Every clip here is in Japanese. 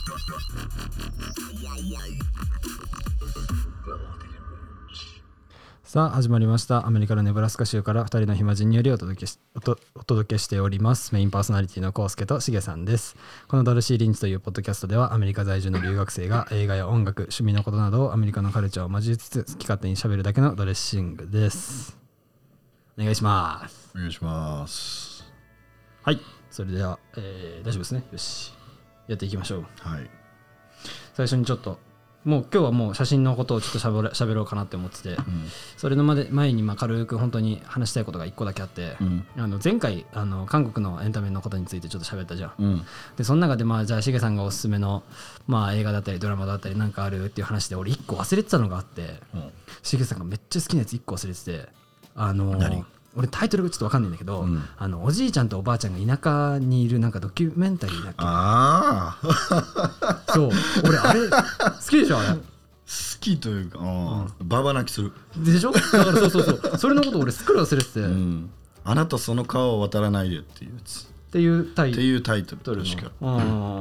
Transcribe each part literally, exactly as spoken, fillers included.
さあ始まりました。アメリカのネブラスカ州からふたりの暇人によりお届けし お, とお届けしております。メインパーソナリティのコウスケとシゲさんです。このダルシー・リンチというポッドキャストではアメリカ在住の留学生が映画や音楽、趣味のことなどをアメリカのカルチャーを交えつつ好き勝手に喋るだけのドレッシングです。お願いします。 お願いします。 はい、それでは、えー、大丈夫ですね。よし、やっていきましょう。 はい。 最初にちょっともう今日はもう写真のことをちょっとしゃべろ、しゃべろうかなって思ってて、うん、それのまで前にまあ軽く本当に話したいことがいっこだけあって、うん、あの前回あの韓国のエンタメのことについてちょっと喋ったじゃん、うん、でその中でまあじゃあしげさんがおすすめのまあ映画だったりドラマだったりなんかあるっていう話で俺いっこ忘れてたのがあって、しげさんがめっちゃ好きなやついっこ忘れてて、あのー俺タイトルがちょっと分かんないんだけど、うん、あのおじいちゃんとおばあちゃんが田舎にいるなんかドキュメンタリーだっけ。 ああそう俺あれ好きでしょ。あれ好きというか、うん、ババ泣きするでしょ。だからそうそうそうそれのこと俺すっかり忘れてて、うん、 あなたその川を渡らないでっていうやつっていうタイトル、 っていうタイトル確か、 うん、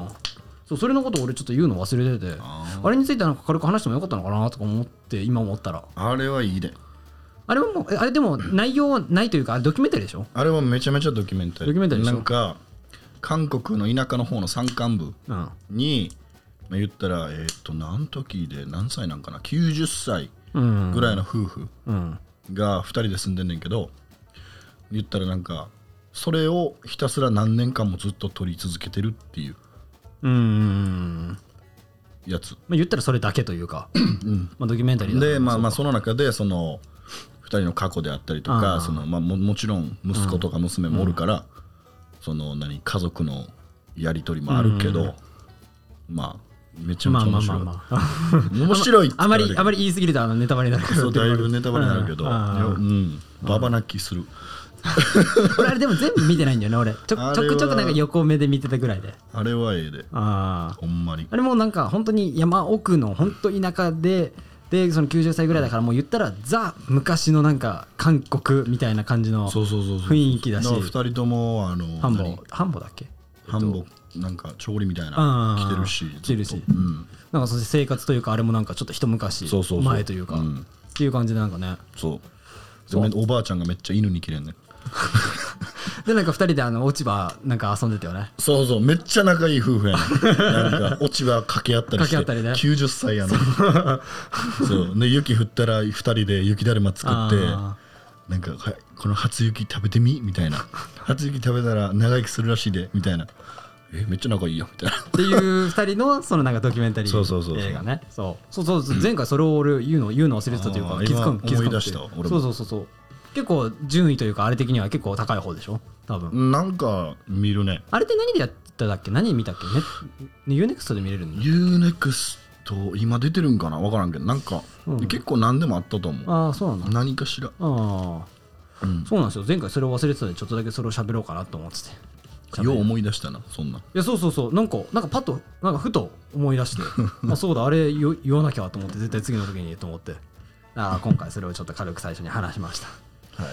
そうそれのこと俺ちょっと言うの忘れてて、 あ, あれについてなんか軽く話してもよかったのかなとか思って今思ったらあれはいいで。 あれはもうあれでも内容はないというかドキュメンタリーでしょ。 あれはめちゃめちゃドキュメンタリー。 ドキュメンタリーでしょ。 なんか韓国の田舎の方の山間部に、うん、言ったらえっと何時で何歳なんかなきゅうじゅっさいぐらいの夫婦がふたりで住んでんねんけど、言ったらなんかそれをひたすら何年間もずっと撮り続けてるっていううーんやつ、まあ、言ったらそれだけというか、うんまあ、ドキュメンタリーだで、まあ、まあその中でそのふたりの過去であったりとか、その、まあ、も, もちろん息子とか娘もおるから、うん、その何家族のやり取りもあるけど、うん、まあめちゃめちゃ面白い、まあまあまあ、面白いってあまりあまり言い過ぎるとあのネタバレになるから、 そうだいぶネタバレになるけど、うん、ババ泣きする俺あれでも全部見てないんだよね。俺ちょちょくちょくなんか横目で見てたぐらいで、 あれはええで、あほんまにあれもなんか本当に山奥の本当田舎ででそのきゅうじゅっさいぐらいだからもう言ったらザ昔のなんか韓国みたいな感じの雰囲気だし、 ふたりともあのハンボハンボだっけ、 ハンボなんか調理みたいな着てるし着てるし、うん、なんかそして生活というかあれもなんかちょっと一昔前というかっていう感じでなんかね、 そうそうおばあちゃんがめっちゃ犬に切れんねでなんかふたりであの落ち葉なんか遊んでたよね。 そうそうめっちゃ仲いい夫婦やねなんか落ち葉掛け合ったりして、ね、きゅうじゅっさいやのそうで雪降ったらふたりで雪だるま作ってなんか、はい、この初雪食べてみみたいな初雪食べたら長生きするらしいでみたいな、えめっちゃ仲いいよみたいなっていうふたりのそのなんかドキュメンタリー映画ね。そうそうそうそう前回それを俺言うの言うの忘れてたというか気づかん気づかん思い出した俺も。そうそうそうそう結構順位というかあれ的には結構高い方でしょ多分。 なんか見るね。 あれって何でやっただっけ、何見たっけ、ね、ユーネクストで見れるの。 ユーネクスト今出てるんかな分からんけどなんか、うん、結構何でもあったと思う。 ああそうなの。 何かしら。ああ、うん、そうなんですよ。前回それを忘れてたのでちょっとだけそれを喋ろうかなと思ってて。 よう思い出したなそんな。いやそうそうそうなんかなんかパッとなんかふと思い出してあそうだあれ言わなきゃと思って絶対次の時にと思ってあ今回それをちょっと軽く最初に話しました。はい、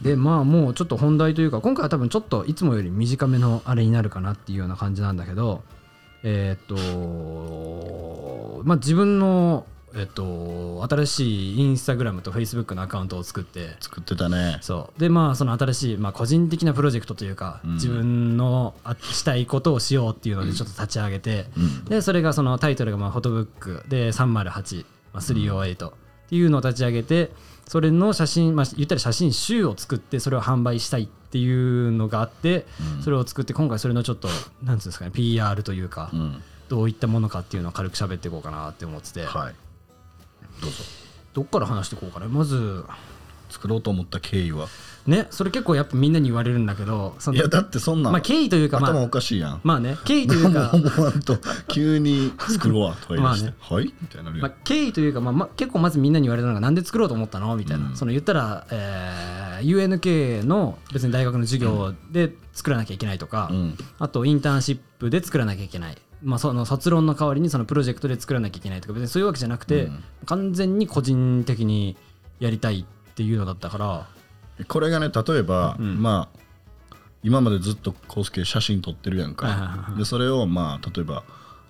でまあもうちょっと本題というか今回は多分ちょっといつもより短めのあれになるかなっていうような感じなんだけど、えー、っとまあ自分のえっと新しいインスタグラムとフェイスブックのアカウントを作って作ってたね。 そうでまあその新しいまあ個人的なプロジェクトというか、うん、自分のしたいことをしようっていうのでちょっと立ち上げて、うん、でそれがそのタイトルがまあフォトブックでさんまるはち、まあ、さんまるはちっていうのを立ち上げてそれの写真、まあ、言ったら写真集を作ってそれを販売したいっていうのがあって、うん、それを作って今回それのちょっとなんていうんですかね ピーアール というか、うん、どういったものかっていうのを軽く喋っていこうかなって思ってて、はい、どうぞどっから話していこうかな。まず作ろうと思った経緯はね、それ結構やっぱみんなに言われるんだけどそのいやだってそんな、 まあ、経緯というか、まあ、 頭おかしいやん。 まあね経緯というか思わんと急に作ろうわとか言い出して、ね、はいみたいな、 まあ、経緯というか、まあまあ、結構まずみんなに言われたのがなんで作ろうと思ったのみたいな、うん、その言ったら、えー、ユーエヌケー の別に大学の授業で作らなきゃいけないとか、うん、あとインターンシップで作らなきゃいけない、まあ、その卒論の代わりにそのプロジェクトで作らなきゃいけないとか別にそういうわけじゃなくて、うん、完全に個人的にやりたいっていうのだったからこれがね例えば、うん、まあ今までずっと康介写真撮ってるやんか、でそれをまあ例えば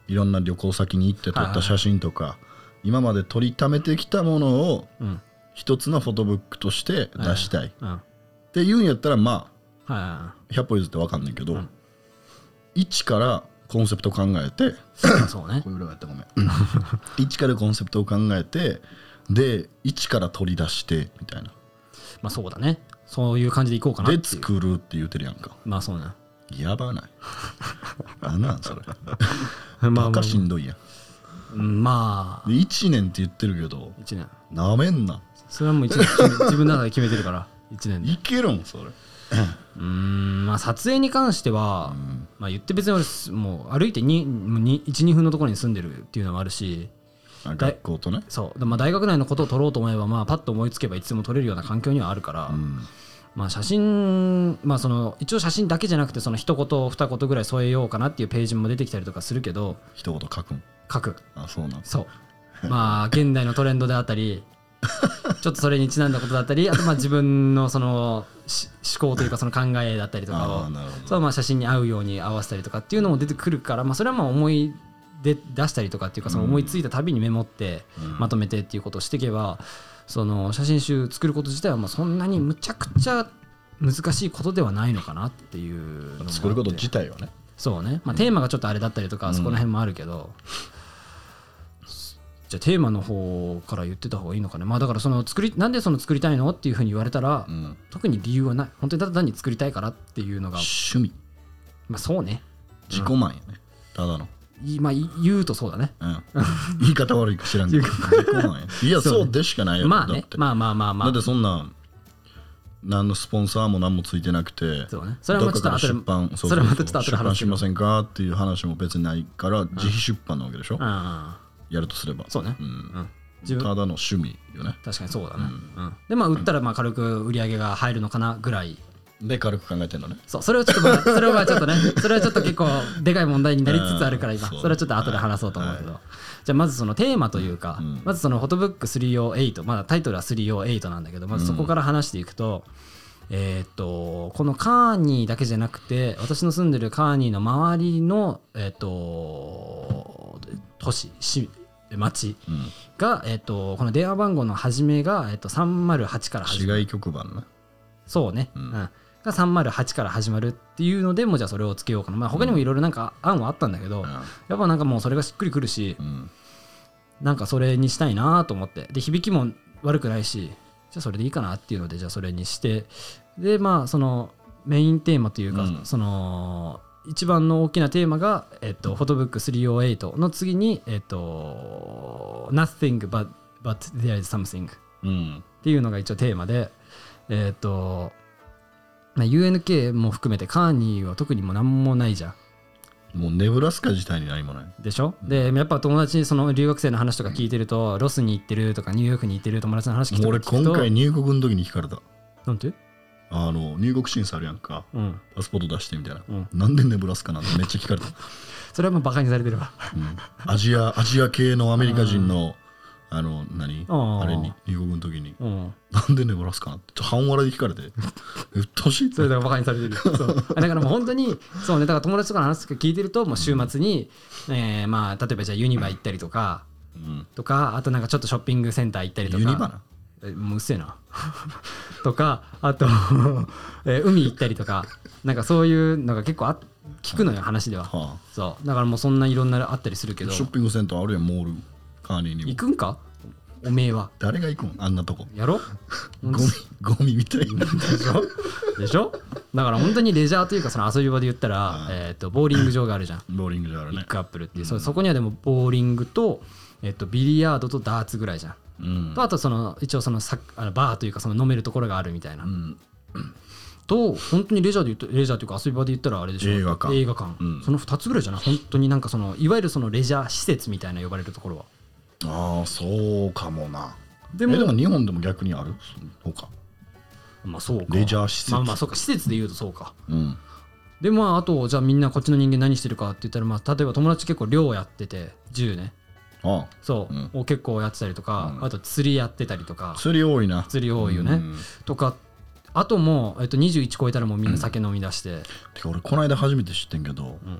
いろんな旅行先に行って撮った写真とか、はいはいはい、今まで撮りためてきたものを一つのフォトブックとして出したい、はいはいはい、っていうんやったらまあ、はいはいはい、ひゃっぽ譲って分かんないけど、うん、一からコンセプト考えてそうねこういう裏やったごめん一からコンセプトを考えてで一から取り出してみたいな、 まあそうだね、そういう感じでいこうかなっていうで作るって言うてるやんか。 まあそうね、 やばないなんなんそれバカしんどいやん。 まあいちねんって言ってるけどいちねんなめんな、 それはもういちねん自分の中で決めてるからいちねんでいけるんそれうーんまあ撮影に関しては、うんまあ、言って別に俺もう歩いていちにふんのところに住んでるっていうのもあるし、 学校とねそう、まあ、大学内のことを撮ろうと思えば、まあ、パッと思いつけばいつでも撮れるような環境にはあるから、うんまあ、写真、まあ、その一応写真だけじゃなくてその一言二言ぐらい添えようかなっていうページも出てきたりとかするけど、 一言書くん書くあそうなんそうまあ現代のトレンドであったりちょっとそれにちなんだことだったり、あとまあ自分のその思考というかその考えだったりとかをそうまあ写真に合うように合わせたりとかっていうのも出てくるから、まあそれはまあ思い出したりとかっていうか、その思いついたたびにメモってまとめてっていうことをしていけば、その写真集作ること自体はまあそんなにむちゃくちゃ難しいことではないのかなっていうのも作ること自体はね、 そうね、まあテーマがちょっとあれだったりとかそこら辺もあるけど、じゃあテーマの方から言ってた方がいいのかね。まあだからその作りなんでその作りたいのっていうふうに言われたら、うん、特に理由はない。本当にただ単に作りたいからっていうのが趣味。 まあそうね。 自己満やね。ただの。 まあ言うとそうだね。 うん、言い方悪いか知らんけど。自己満や。いやそうでしかないよ。 まあね。まあまあまあまあ。 だってそんな何のスポンサーも何もついてなくて、 そうね。それはまたちょっと後で出版そうそうそうそれはまたちょっと後で話す。 出版しませんかっていう話も別にないから自費出版なわけでしょ。やるとすれば。 そうね。 うん。ただの趣味よね。 確かにそうだね、うんうん、でまあ売ったらまあ軽く売り上げが入るのかなぐらいで軽く考えてんのね。 そうそれをちょっとまあそれはまあちょっとねそれはちょっと結構でかい問題になりつつあるから今それはちょっと後で話そうと思うけど、はい、じゃあまずそのテーマというか、うん、まずそのフォトブックさんびゃくはちまだタイトルはさんびゃくはちなんだけど、まずそこから話していくと、うん、えー、っとこのカーニーだけじゃなくて私の住んでるカーニーの周りのえー、っと都市市町が、うんえー、とこの電話番号の始めが、えー、とさんまるはちから始まる市外局番なそうね、うんうん、がさんまるはちから始まるっていうのでもうじゃあそれをつけようかな、まあ、他にもいろいろなんか案はあったんだけど、うん、やっぱなんかもうそれがしっくりくるし、うん、なんかそれにしたいなと思ってで響きも悪くないしじゃあそれでいいかなっていうのでじゃあそれにしてでまあそのメインテーマというか、うん、その一番の大きなテーマが、えっと、フォトブックさんびゃくはちの次に、えっと、Nothing but, but there is something、うん、っていうのが一応テーマで、えっと、ユーエヌケー も含めてカーニーは特にもう何もないじゃん。 もうネブラスカ自体に何もない。 でしょ、うん、で、やっぱ友達にその留学生の話とか聞いてると、うん、ロスに行ってるとかニューヨークに行ってる友達の話聞いてると。 俺今回入国の時に聞かれた。 なんてあの入国審査あるやんか、うん、パスポート出してみたいな、うん、なんでネブラスカなんてめっちゃ聞かれたそれはもうバカにされてるわ、 うん、アジアアジア系のアメリカ人のあの何あれに入国の時に、うん、なんでネブラスカなんて半笑いで聞かれてうっとうしいってそれだからバカにされてるそうだからもう本当にそうねだから友達とかの話とか聞いてるともう週末に、うんえー、まあ例えばじゃあユニバ行ったりとか、うん、とかあとなんかちょっとショッピングセンター行ったりとかユニバなもううっせえなとかあと、えー、海行ったりとかなんかそういうのが結構あ聞くのよ話では、はあ、そうだからもうそんないろんなあったりするけどショッピングセンターあるやんモールカーニーにも行くんかおめえは誰が行くんあんなとこやろゴミゴミみたいなでしょでしょだから本当にレジャーというかその遊び場で言ったら、はあえー、とボーリング場があるじゃんボーリング場あるねビッグアップルっていう、うん、そこにはでもボーリングと、えー、とビリヤードとダーツぐらいじゃんうん、とあとその一応そのサあのバーというかその飲めるところがあるみたいな、うん、と本当にレジャーで言うとレジャーというか遊び場で言ったらあれでしょ映画館、 映画館、うん、そのふたつぐらいじゃない本当になんかそのいわゆるそのレジャー施設みたいな呼ばれるところはああそうかもなでもでも日本でも逆にあるそうかまあそうかレジャー施設まあまあそうか施設で言うとそうか、うん、でまああとじゃあみんなこっちの人間何してるかって言ったらまあ例えば友達結構漁やってて銃ねああそう、うん、を結構やってたりとか、うん、あと釣りやってたりとか釣り多いな釣り多いよね、うん、とかあともう、えっと、にじゅういち超えたらもうみんな酒飲み出して、うん、 てか俺この間初めて知ってんけど、うん、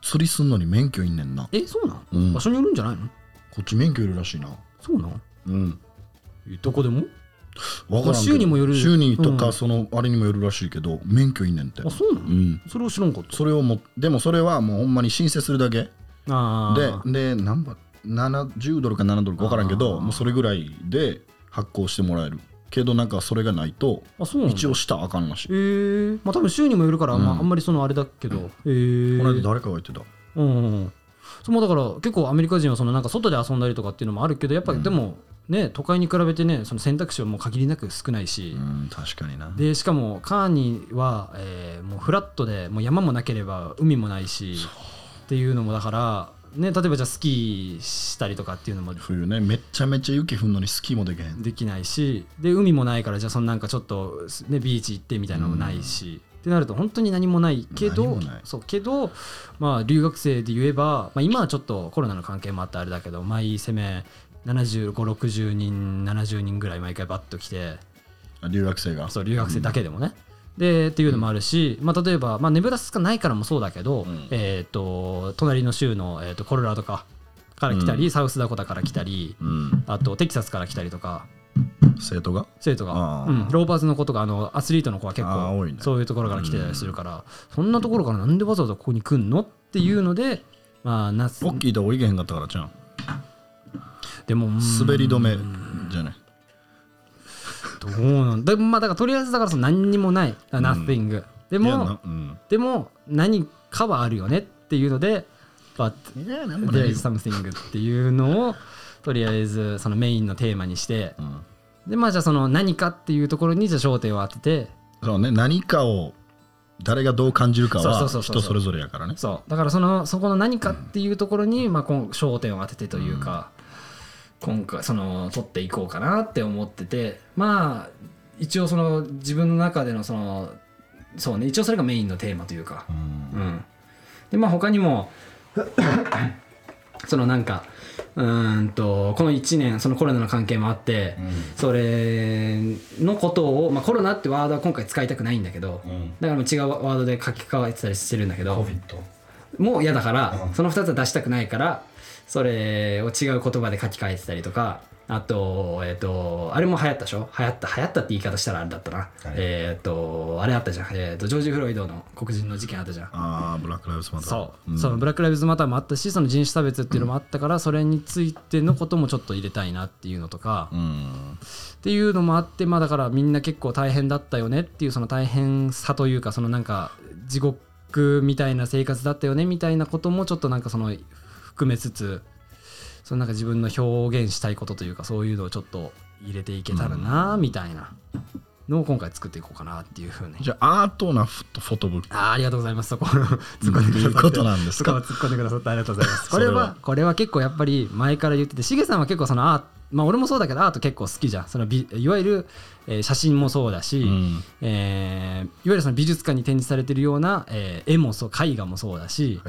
釣りすんのに免許いんねんな。 えそうなん、 うん、 場所によるんじゃないの？ こっち免許いるらしいな。 そうなんうん。 どこでもわからんけど、 州にもよる、 州にとかそのあれにもよるらしいけど、免許いんねんって。 あそうなの、うん、それを知らんかった。 それをもでもそれはもうほんまに申請するだけあで、で何ばななじゅうドルかななドルか分からんけど、もうそれぐらいで発行してもらえるけど、なんかそれがないと一応したらあかんらしい。 へえー、まあ多分州にもよるから、うん、まあ、あんまりそのあれだけど、へえー、 この間誰かが言ってた。 うん、うん、そのだから結構アメリカ人はそのなんか外で遊んだりとかっていうのもあるけど、やっぱりでもね、都会に比べてね、その選択肢はもう限りなく少ないし、 うん、確かにな。でしかもカーニーは、えー、もうフラットでもう山もなければ海もないしっていうのもだからね、例えばじゃあスキーしたりとかっていうのも冬ね、めっちゃめちゃ雪降るのにスキーもできへんできないし、で海もないからじゃあそのなんかちょっと、ね、ビーチ行ってみたいなのもないし、うん、ってなると本当に何もないけど、そうけど、まあ、留学生で言えば、まあ、今はちょっとコロナの関係もあってあれだけど、毎攻めななじゅうご、ろくじゅうにんななじゅうにんぐらい毎回バッと来て、 留学生がそう留学生だけでもね、うん、でっていうのもあるし、まあ、例えば、まあ、ネブラスカないからもそうだけど、うん、えー、と隣の州の、えー、とコロラドかから来たり、うん、サウスダコタから来たり、うん、あとテキサスから来たりとか、 生徒が生徒が、うん、ローパーズの子とかあのアスリートの子は結構、ね、そういうところから来てたりするから、うん、そんなところからなんでわざわざここに来んのっていうので、まあ、ナス大きいとこ行けへんかったからじゃん。 でも滑り止めじゃない。 どうなんだ、まあ、だからとりあえずだからその何にもない、うん、nothing でも、うん、でも何かはあるよねっていうので but there is something っていうのをとりあえずそのメインのテーマにして、うん、でまあじゃあその何かっていうところにじゃあ焦点を当てて、 そうね、何かを誰がどう感じるかは人それぞれやからね。 そうだからそのそこの何かっていうところに、まあ、焦点を当ててというか、うん、今回その取っていこうかなって思ってて、まあ一応その自分の中でのそのそうね、一応それがメインのテーマというか、うんうん、でまあ他にもそのなんかうーんとこのいちねんそのコロナの関係もあって、うん、それのことを、まあ、コロナってワードは今回使いたくないんだけど、うん、だから違うワードで書き換えてたりしてるんだけど、コビッドもう嫌だから、うん、そのふたつは出したくないからそれを違う言葉で書き換えてたりとか、あと、えっと、あれも流行ったでしょ、流行った、流行ったって言い方したらあれだったな。はい、えっと、あれあったじゃん。えっと、ジョージ・フロイドの黒人の事件あったじゃん。 ああ、ブラック・ライブズ・マター。 そう、うん、そのブラック・ライブズ・マターもあったし、その人種差別っていうのもあったから、うん、それについてのこともちょっと入れたいなっていうのとか、うん、っていうのもあって、まあだからみんな結構大変だったよねっていう、その大変さというか、そのなんか地獄みたいな生活だったよねみたいなこともちょっとなんかその含めつつ、そのなんか自分の表現したいことというかそういうのをちょっと入れていけたらなみたいなのを今回作っていこうかなっていうふうに。 じゃあアートなフォトブック、 あ, ありがとうございます。そこ突っ込んでくださって、 いうことなんですか。 突っ込んでくださってありがとうございます。これはこれは結構やっぱり前から言ってて、しげさんは結構そのアート、まあ俺もそうだけどアート結構好きじゃん。そのいわゆる、えー、写真もそうだし、うんえー、いわゆるその美術館に展示されているような、えー、絵もそう絵画もそうだし、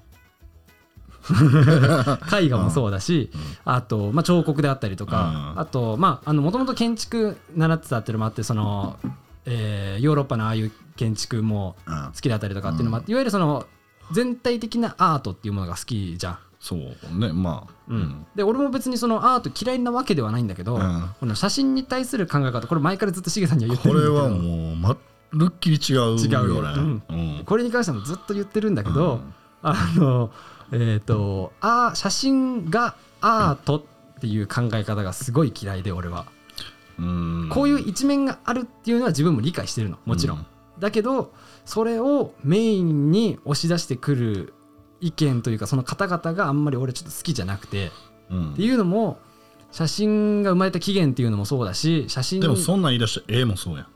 絵画もそうだし、うん、あと、まあ、彫刻であったりとか、うん、あとまあもともと建築習ってたっていうのもあって、その、えー、ヨーロッパのああいう建築も好きだったりとかっていうのもあって、いわゆるその全体的なアートっていうものが好きじゃん。 そうね、まあ、 うん、で俺も別にそのアート嫌いなわけではないんだけど、うん、この写真に対する考え方、これ前からずっとしげさんには言ってるんだけど、 これはもうまるっきり違うよね。違うよ、うんうん、これに関してもずっと言ってるんだけど、うん、あのえーと、あ写真がアートっていう考え方がすごい嫌いで、俺はうんこういう一面があるっていうのは自分も理解してるの、もちろん、うん、だけどそれをメインに押し出してくる意見というか、その方々があんまり俺ちょっと好きじゃなくて、うん、っていうのも写真が生まれた起源っていうのもそうだし、写真でもそんなん言い出したら絵もそうやん。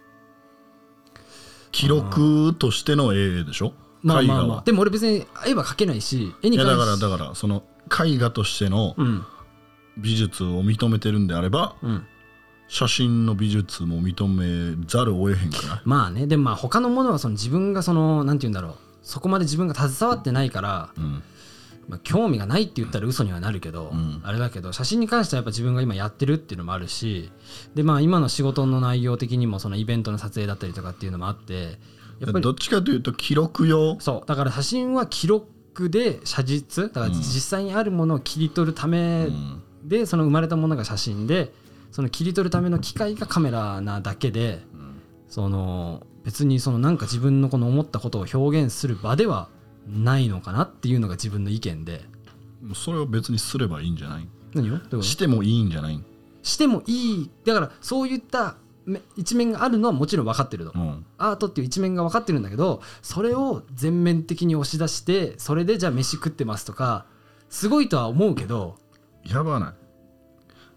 記録としての絵でしょ。 まあまあまあ、でも俺別に絵は描けないし、絵に関して、 いやだからだからその絵画としての美術を認めてるんであれば、うん、写真の美術も認めざるを得へんから。 まあね、でもまあ他のものはその自分がそのなんて言うんだろう、そこまで自分が携わってないから、うんまあ、興味がないって言ったら嘘にはなるけど、うん、あれだけど写真に関してはやっぱ自分が今やってるっていうのもあるし、でまあ今の仕事の内容的にもそのイベントの撮影だったりとかっていうのもあって、やっぱりどっちかというと記録用。 そうだから写真は記録クで写実だから実際にあるものを切り取るためで、その生まれたものが写真で、その切り取るための機械がカメラなだけで、その別にそのなんか自分のこの思ったことを表現する場ではないのかなっていうのが自分の意見で。 それを別にすればいいんじゃない？ 何をしてもいいんじゃない？ してもいい。だからそういった一面があるのはもちろん分かってると、うん、アートっていう一面が分かってるんだけど、それを全面的に押し出して、それでじゃあ飯食ってますとかすごいとは思うけど、 やばない。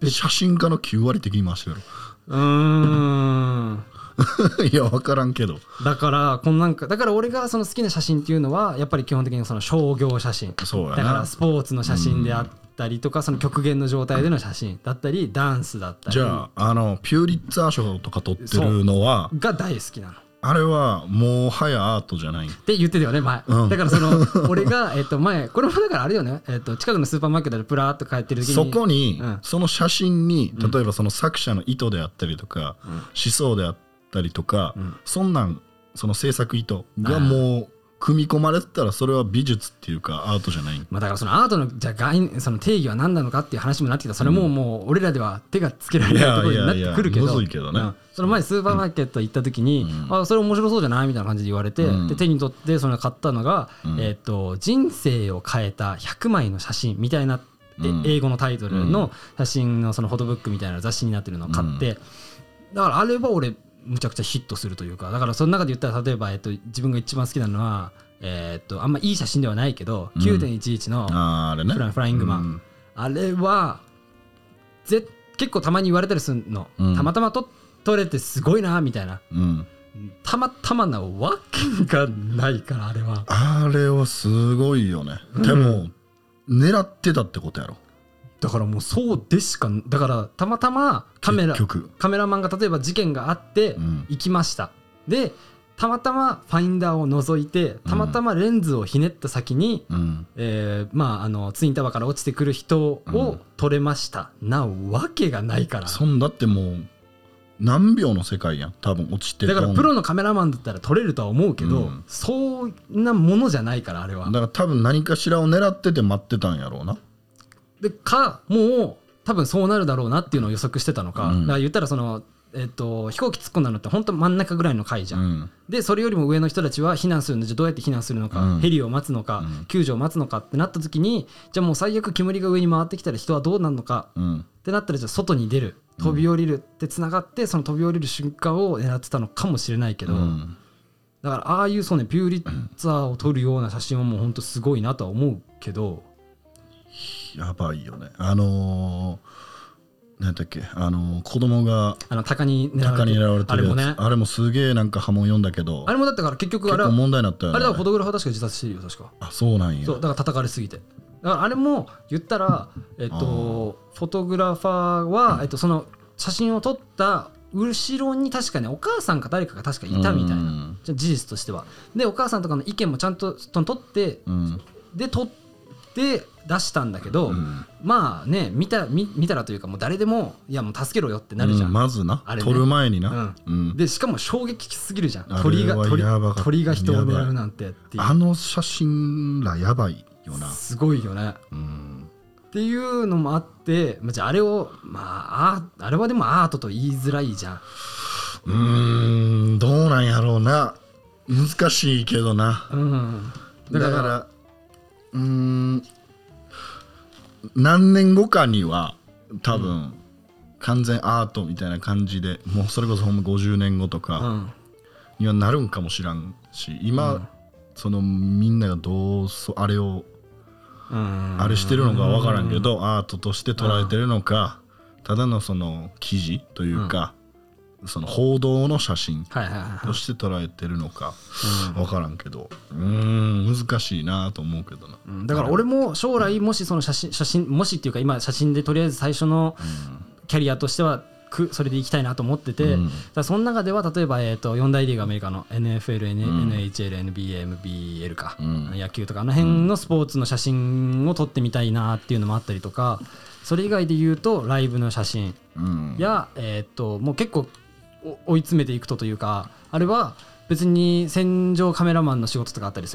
写真家のきゅう割的に回してる。 うーんいや分からんけど、 だからこのなんかだから俺がその好きな写真っていうのはやっぱり基本的にその商業写真、 そうやな、 だからスポーツの写真であったりとか、その極限の状態での写真だったり、ダンスだったり。 じゃああのピューリッツァー賞とか取ってるのはが大好きなの。 あれはもはやアートじゃないって言ってたよね前、うん、だからその俺がえっと前これもだからあれよね、えっと近くのスーパーマーケットでプラーっと帰ってる時にそこに、 うん、 その写真に例えばその作者の意図であったりとか、うん、思想であったりとか、うん、そんなんその制作意図がもう組み込まれてたら、それは美術っていうかアートじゃない。 まあだからそのアートのじゃあ概念、その定義は何なのかっていう話もなってきた。それももう俺らでは手がつけられないところになってくるけど、 むずいけどね、うん、 その前スーパーマーケット行った時に、うん、あそれ面白そうじゃないみたいな感じで言われて、うん、で手に取ってその買ったのが、うん、えー、と人生を変えたひゃくまいの写真みたいな、うん、英語のタイトルの写真のそのフォトブックみたいな雑誌になってるのを買って、うん、だからあれは俺むちゃくちゃヒットするというか、だからその中で言ったら例えば、えー、と自分が一番好きなのはえー、っとあんまいい写真ではないけど、うん、きゅうてんいちいち のフラ、フライングマン、うん、あれはぜ結構たまに言われたりするの、うん、たまたまと撮れてすごいなみたいな、うん、たまたまなわけがないから。あれはあれはすごいよね、うん、でも狙ってたってことやろ。 だからもうそうでしか、だからたまたまカメラカメラマンが例えば事件があって行きました、うん、でたまたまファインダーを覗いてたまたまレンズをひねった先に、うんえーまあ、あのツインタワーから落ちてくる人を撮れました、うん、なわけがないから。 そんだってもう何秒の世界やん多分落ちて。 だからプロのカメラマンだったら撮れるとは思うけど、うん、そんなものじゃないからあれは。 だから多分何かしらを狙ってて待ってたんやろうな。 でかもう多分そうなるだろうなっていうのを予測してたのか、うん、だから言ったらそのえっと、飛行機突っ込んだのって本当真ん中ぐらいの階じゃん、うん、でそれよりも上の人たちは避難するんで、じゃあどうやって避難するのか、うん、ヘリを待つのか、うん、救助を待つのかってなった時に、じゃあもう最悪煙が上に回ってきたら人はどうなるのか、うん、ってなったらじゃあ外に出る、飛び降りるってつながって、その飛び降りる瞬間を狙ってたのかもしれないけど、うん、だからああいうそうねピューリッツァーを撮るような写真はもう本当すごいなとは思うけど、 やばいよね。あのー何だっけ、あの子供があの鷹に狙われてるやつ、 あれもね、あれもすげえなんか波紋読んだけど、 あれもだったから結局あれは結構問題になったよね。 あれはフォトグラファー確か自殺してるよ確か。 あ、そうなんや。 そうだから叩かれすぎて、だからあれも言ったらえっとフォトグラファーは、えっと、その写真を撮った後ろに確かねお母さんか誰かが確かいたみたいな、じゃ事実としては。でお母さんとかの意見もちゃんと撮って、うん、で撮って出したんだけど、うん、まあね見た 見, 見たらというかもう誰でもいやもう助けろよってなるじゃん、 うん、まずな、ね、撮る前にな、うんうん、 でしかも衝撃すぎるじゃん、鳥が 鳥, 鳥が人を狙うなんてっていう、 あの写真らやばいよな、 すごいよね、うん、っていうのもあって、じゃああれをまああれはでもアートと言いづらいじゃん。 うーんどうなんやろうな、難しいけどな、うん、だから、だからうーん何年後かには多分完全アートみたいな感じで、もうそれこそほんまごじゅうねんごとかにはなるんかもしらんし、今、うん、そのみんながどうそあれをあれしてるのか分からんけど、アートとして捉えてるのか、ただのその記事というか、うん、その報道の写真として捉えてるのか分からんけど、うーん難しいなと思うけどな、 うん、だから俺も将来もしその写真写真もしっていうか今写真でとりあえず最初のキャリアとしてはそれで行きたいなと思ってて、うん、だからその中では例えば、えー、とよん大リーグアメリカの エヌエフエル、うん、エヌエイチエル、エヌビーエー、エムビーエル か、うん、野球とかあの辺のスポーツの写真を撮ってみたいなっていうのもあったりとか、それ以外で言うとライブの写真や、うんえー、ともう結構追い詰めていくとというか、あれは別に戦場カメラマンの仕事とかあったりするでしょ、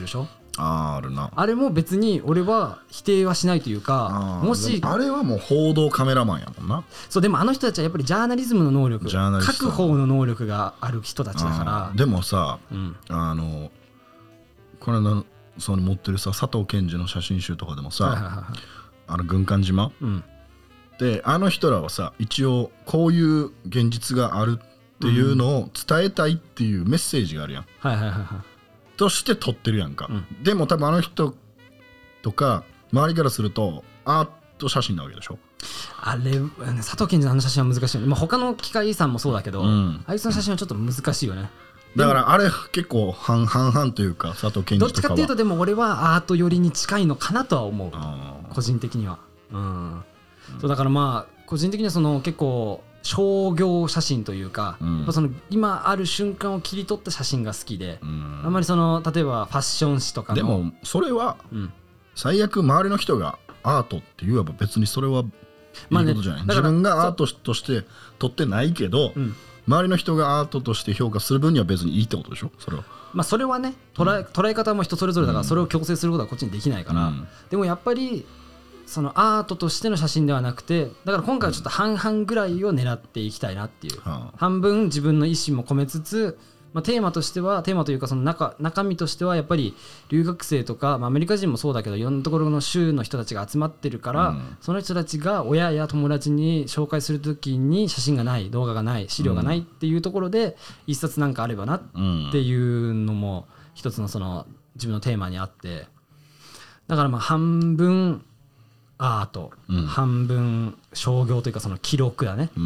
あーあるな。 あれも別に俺は否定はしないというか、もしあれはもう報道カメラマンやもんな。 そうでもあの人たちはやっぱりジャーナリズムの能力、 ジャーナリスト書く方の能力がある人たちだから。 でもさ、 うん、 あのこれのその持ってるさ佐藤賢治の写真集とかでもさ、はいはいはい、あの軍艦島、うん、であの人らはさ一応こういう現実があるっていうのを伝えたいっていうメッセージがあるやん、はいはいはいはい、として撮ってるやんか、うん、でも多分あの人とか周りからするとアート写真なわけでしょ。 あれ佐藤賢治のあの写真は難しいよね、まあ、他の機械遺産もそうだけど、うん、あいつの写真はちょっと難しいよね。 だからあれ結構半々というか佐藤賢治とかはどっちかっていうとでも俺はアート寄りに近いのかなとは思う個人的には、うんうん、そうだからまあ個人的にはその結構商業写真というか、うん、やっぱその今ある瞬間を切り取った写真が好きで、うん、あんまりその例えばファッション誌とかのでもそれは、うん、最悪周りの人がアートって言えば別にそれはいいことじゃない、まあね、自分がアートとして撮ってないけど、うん周りの人がアートとして評価する分には別にいいってことでしょ。それはまあそれはね捉え、うん、捉え方も人それぞれだからそれを強制することはこっちにできないから、うん、でもやっぱりそのアートとしての写真ではなくてだから今回はちょっと半々ぐらいを狙っていきたいなっていう、うん、半分自分の意思も込めつつ、まあ、テーマとしてはテーマというかその 中, 中身としてはやっぱり留学生とか、まあ、アメリカ人もそうだけどいろんなところの州の人たちが集まってるから、うん、その人たちが親や友達に紹介するときに写真がない動画がない資料がないっていうところで一冊なんかあればなっていうのも一つのその自分のテーマにあってだからまあ半分アート、うん、半分商業というかその記録だね、うんうん、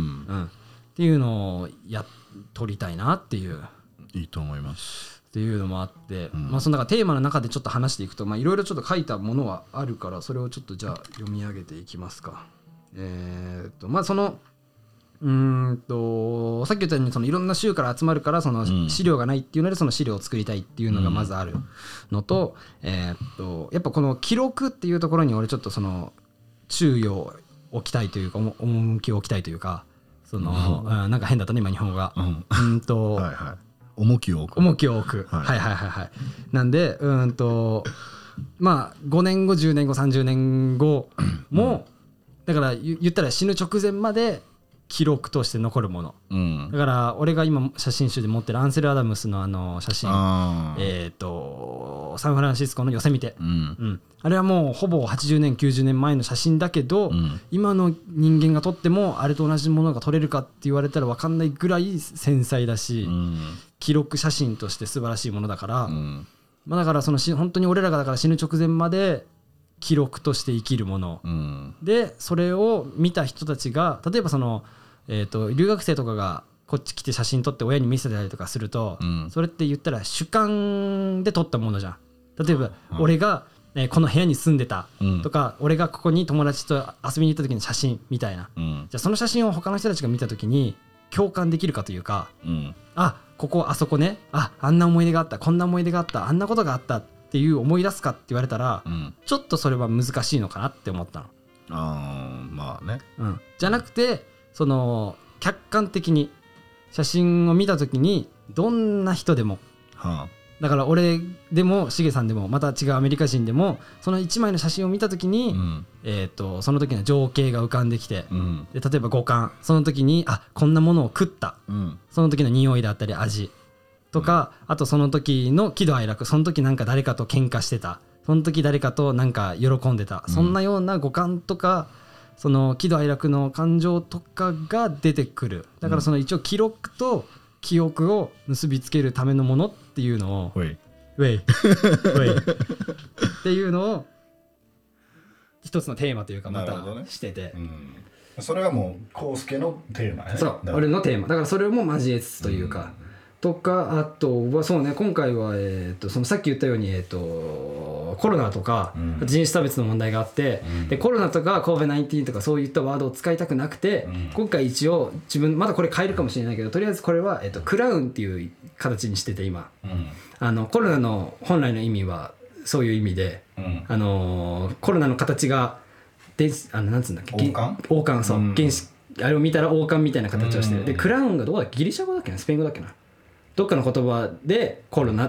っていうのをや撮りたいなっていういいと思いますっていうのもあって、うんまあ、そのなんかテーマの中でちょっと話していくといろいろちょっと書いたものはあるからそれをちょっとじゃあ読み上げていきますか。えー、っとまあそのうーんとさっき言ったようにそのいろんな州から集まるからその資料がないっていうのでその資料を作りたいっていうのがまずあるのと、うんえー、っとやっぱこの記録っていうところに俺ちょっとその注意を置きたいというか重きを置きたいというかその、うん、なんか変だったね今日本語が、うん、うんとはいはい重きを置く重きを置く、はい、はいはいはいはいなんでうんとまあごねんごじゅうねんごさんじゅうねんごも、うん、だから言ったら死ぬ直前まで記録として残るもの、うん、だから俺が今写真集で持ってるアンセル・アダムスのあの写真あえっとサンフランシスコのヨセミテ、うんうん、あれはもうほぼはちじゅうねんきゅうじゅうねんまえの写真だけど、うん、今の人間が撮ってもあれと同じものが撮れるかって言われたら分かんないぐらい繊細だし、うん、記録写真として素晴らしいものだから、うんまあ、だからそのし本当に俺らがだから死ぬ直前まで記録として生きるもの、うん、でそれを見た人たちが例えばその、えーと、留学生とかがこっち来て写真撮って親に見せたりとかすると、うん、それって言ったら主観で撮ったものじゃん。例えば、うん、俺が、ね、この部屋に住んでたとか、うん、俺がここに友達と遊びに行った時の写真みたいな、うん、じゃあその写真を他の人たちが見た時に共感できるかというか、うん、あここあそこね あ, あんな思い出があったこんな思い出があったあんなことがあったっていう思い出すかって言われたら、うん、ちょっとそれは難しいのかなって思ったの。 あまあね、 うん、じゃなくてその客観的に写真を見た時にどんな人でも、はあ、だから俺でもしげさんでもまた違うアメリカ人でもそのいちまいの写真を見た時に、うんえー、とその時の情景が浮かんできて、うん、で例えば五感その時にあこんなものを食った、うん、その時の匂いだったり味とか、うん、あとその時の喜怒哀楽その時なんか誰かと喧嘩してたその時誰かとなんか喜んでた、うん、そんなような五感とかその喜怒哀楽の感情とかが出てくる。だからその一応記録と記憶を結びつけるためのものっていうのをウェイウェイウェイっていうのを一つのテーマというかまたしてて、ねうん、それはもうコウスケのテーマね。 そう俺のテーマだからそれをも交えつつというか、うんとかあとはそうね今回は、えー、とそのさっき言ったように、えー、とコロナとか、うん、人種差別の問題があって、うん、でコロナとか コービドナインティーン とかそういったワードを使いたくなくて、うん、今回一応自分まだこれ変えるかもしれないけどとりあえずこれは、えー、とクラウンっていう形にしてて今、うん、あのコロナの本来の意味はそういう意味で、うん、あのコロナの形がであのなんつうんだっけ王冠王冠そう、うん、原子あれを見たら王冠みたいな形をしてる、うん、でクラウンがどこだっけギリシャ語だっけなスペイン語だっけなどっかの言葉でコロナっ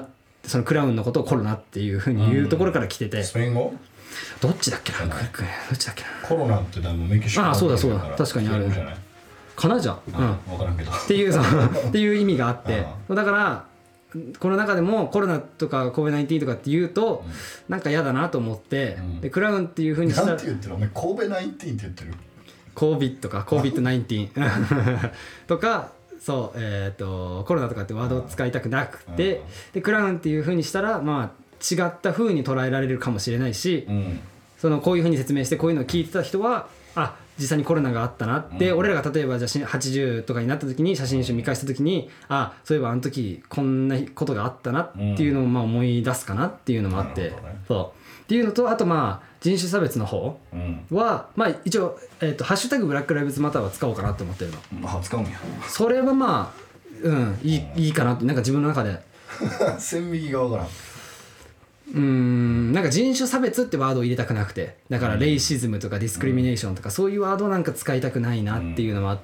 そのクラウンのことをコロナっていうふうに言うところから来てて、 スペイン語どっちだっけな、どっちだっけな、 コロナってでもメキシコああそうだそうだ確かにあるじゃないかなじゃん、うん、 分からんけどっていうそのっていう意味があってだからこの中でもコロナとか コビドナインティーン とかって言うと、うん、なんか嫌だなと思って、うん、でクラウンっていうふうにしたらなんて言ってるお前コビドナインティーンって言ってるコービッドか コビドナインティーン とかそうえっ、ー、とコロナとかってワードを使いたくなくてでクラウンっていうふうにしたらまあ違ったふうに捉えられるかもしれないし、うん、そのこういうふうに説明してこういうのを聞いてた人はあ実際にコロナがあったなって、うん、俺らが例えばじゃあはちじゅうとかになった時に写真集見返した時にあそういえばあの時こんなことがあったなっていうのをまあ思い出すかなっていうのもあって、うんね、そうっていうのとあとまあ人種差別の方は、うん、まあ一応、えーと「ハッシュタグブラックライブズマター」は使おうかなと思ってるの。 あ使うんや。 それはまあうんいい、うん、いいかなってなんか自分の中で線引きがわからん。 うーんなんか人種差別ってワードを入れたくなくてだからレイシズムとかディスクリミネーションとかそういうワードをなんか使いたくないなっていうのもあって、